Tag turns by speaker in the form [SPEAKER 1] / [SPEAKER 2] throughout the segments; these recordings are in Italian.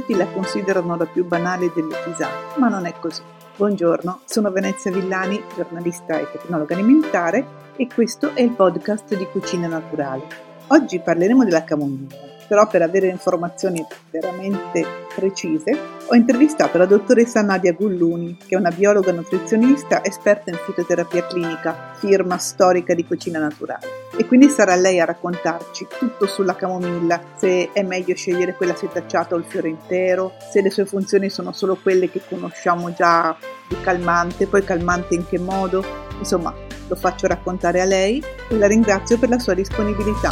[SPEAKER 1] tutti la considerano la più banale delle tisane, ma non è così. Buongiorno, sono Venezia Villani, giornalista e tecnologa alimentare, e questo è il podcast di Cucina Naturale. Oggi parleremo della camomilla, però per avere informazioni veramente precise ho intervistato la dottoressa Nadia Gulluni, che è una biologa nutrizionista esperta in fitoterapia clinica, firma storica di Cucina Naturale. E quindi sarà lei a raccontarci tutto sulla camomilla, se è meglio scegliere quella setacciata o il fiore intero, se le sue funzioni sono solo quelle che conosciamo già di calmante, poi calmante in che modo. Insomma, lo faccio raccontare a lei e la ringrazio per la sua disponibilità.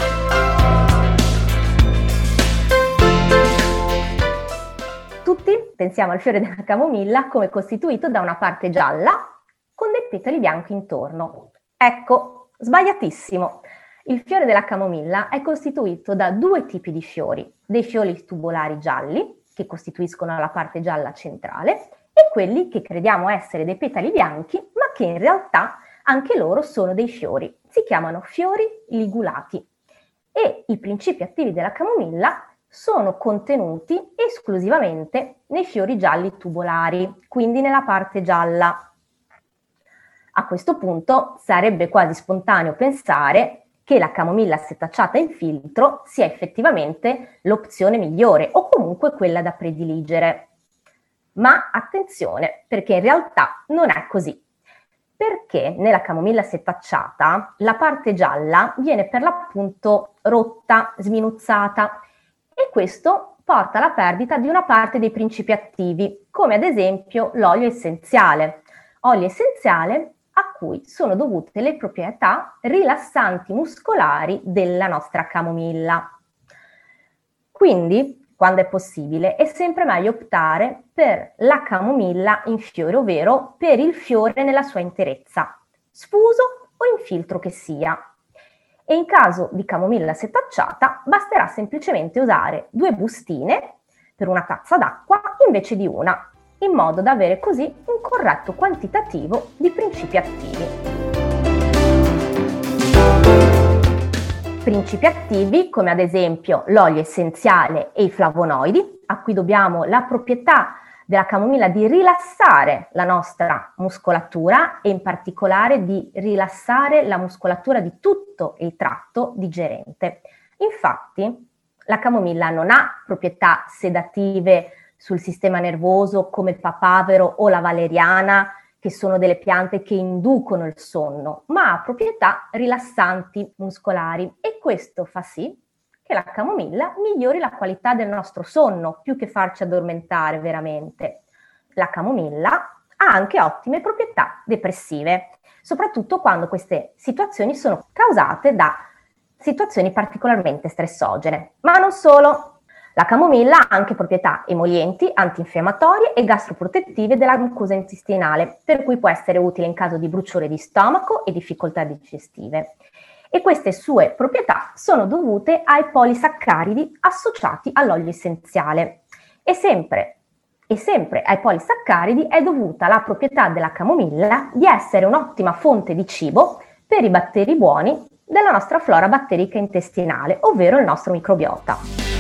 [SPEAKER 2] Tutti pensiamo al fiore della camomilla come costituito da una parte gialla con dei petali bianchi intorno. Ecco, sbagliatissimo. Il fiore della camomilla è costituito da due tipi di fiori, dei fiori tubolari gialli, che costituiscono la parte gialla centrale, e quelli che crediamo essere dei petali bianchi, ma che in realtà anche loro sono dei fiori. Si chiamano fiori ligulati. E i principi attivi della camomilla sono contenuti esclusivamente nei fiori gialli tubolari, quindi nella parte gialla. A questo punto sarebbe quasi spontaneo pensare che la camomilla setacciata in filtro sia effettivamente l'opzione migliore o comunque quella da prediligere. Ma attenzione, perché in realtà non è così. Perché nella camomilla setacciata la parte gialla viene per l'appunto rotta, sminuzzata, e questo porta alla perdita di una parte dei principi attivi, come ad esempio l'olio essenziale. Olio essenziale a cui sono dovute le proprietà rilassanti muscolari della nostra camomilla. Quindi, quando è possibile, è sempre meglio optare per la camomilla in fiore, ovvero per il fiore nella sua interezza, sfuso o in filtro che sia. E in caso di camomilla setacciata basterà semplicemente usare 2 bustine per una tazza d'acqua invece di una, in modo da avere così un corretto quantitativo di principi attivi. Principi attivi come ad esempio l'olio essenziale e i flavonoidi, a cui dobbiamo la proprietà della camomilla di rilassare la nostra muscolatura e in particolare di rilassare la muscolatura di tutto il tratto digerente. Infatti, la camomilla non ha proprietà sedative sul sistema nervoso come il papavero o la valeriana, che sono delle piante che inducono il sonno, ma ha proprietà rilassanti muscolari, e questo fa sì che la camomilla migliori la qualità del nostro sonno, più che farci addormentare veramente. La camomilla ha anche ottime proprietà depressive, soprattutto quando queste situazioni sono causate da situazioni particolarmente stressogene. Ma non solo. La camomilla ha anche proprietà emolienti, antinfiammatorie e gastroprotettive della mucosa intestinale, per cui può essere utile in caso di bruciore di stomaco e difficoltà digestive. E queste sue proprietà sono dovute ai polisaccaridi associati all'olio essenziale. E sempre ai polisaccaridi è dovuta la proprietà della camomilla di essere un'ottima fonte di cibo per i batteri buoni della nostra flora batterica intestinale, ovvero il nostro microbiota.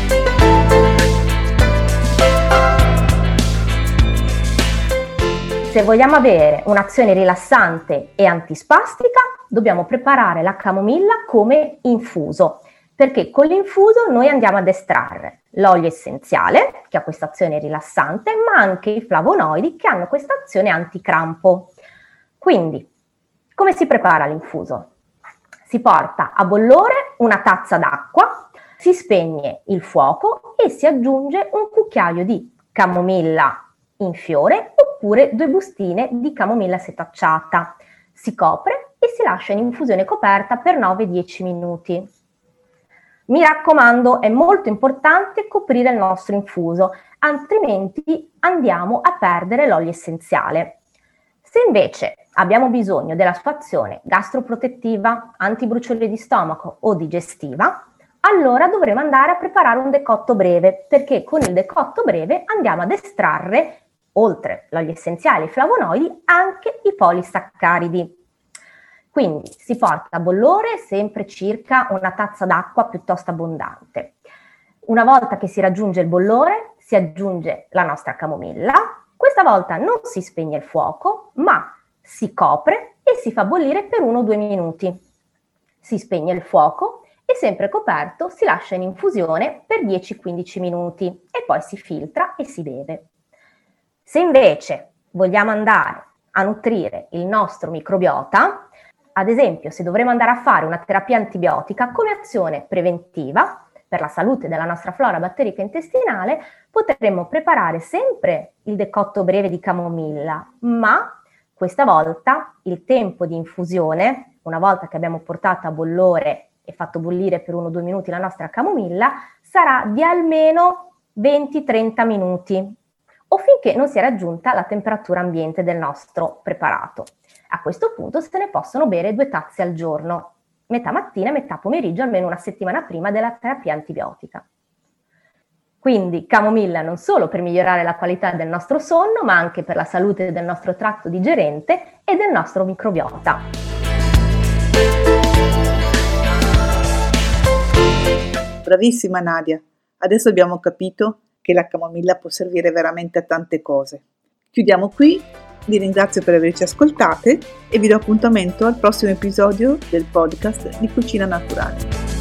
[SPEAKER 2] Se vogliamo avere un'azione rilassante e antispastica, dobbiamo preparare la camomilla come infuso, perché con l'infuso noi andiamo ad estrarre l'olio essenziale, che ha questa azione rilassante, ma anche i flavonoidi, che hanno questa azione anticrampo. Quindi, come si prepara l'infuso? Si porta a bollore una tazza d'acqua, si spegne il fuoco e si aggiunge un cucchiaio di camomilla in fiore oppure 2 bustine di camomilla setacciata. Si copre e si lascia in infusione coperta per 9-10 minuti. Mi raccomando, è molto importante coprire il nostro infuso, altrimenti andiamo a perdere l'olio essenziale. Se invece abbiamo bisogno della sua azione gastroprotettiva, antibruciore di stomaco o digestiva, allora dovremo andare a preparare un decotto breve, perché con il decotto breve andiamo ad estrarre, oltre l'olio essenziale e i flavonoidi, anche i polisaccaridi. Quindi si porta a bollore sempre circa una tazza d'acqua piuttosto abbondante. Una volta che si raggiunge il bollore, si aggiunge la nostra camomilla. Questa volta non si spegne il fuoco, ma si copre e si fa bollire per 1-2 minuti. Si spegne il fuoco e sempre coperto si lascia in infusione per 10-15 minuti e poi si filtra e si beve. Se invece vogliamo andare a nutrire il nostro microbiota, ad esempio se dovremo andare a fare una terapia antibiotica come azione preventiva per la salute della nostra flora batterica intestinale, potremmo preparare sempre il decotto breve di camomilla, ma questa volta il tempo di infusione, una volta che abbiamo portato a bollore e fatto bollire per 1-2 minuti la nostra camomilla, sarà di almeno 20-30 minuti o finché non sia raggiunta la temperatura ambiente del nostro preparato. A questo punto se ne possono bere 2 tazze al giorno, metà mattina e metà pomeriggio, almeno una settimana prima della terapia antibiotica. Quindi camomilla non solo per migliorare la qualità del nostro sonno, ma anche per la salute del nostro tratto digerente e del nostro microbiota.
[SPEAKER 1] Bravissima Nadia, adesso abbiamo capito che la camomilla può servire veramente a tante cose. Chiudiamo qui, vi ringrazio per averci ascoltate e vi do appuntamento al prossimo episodio del podcast di Cucina Naturale.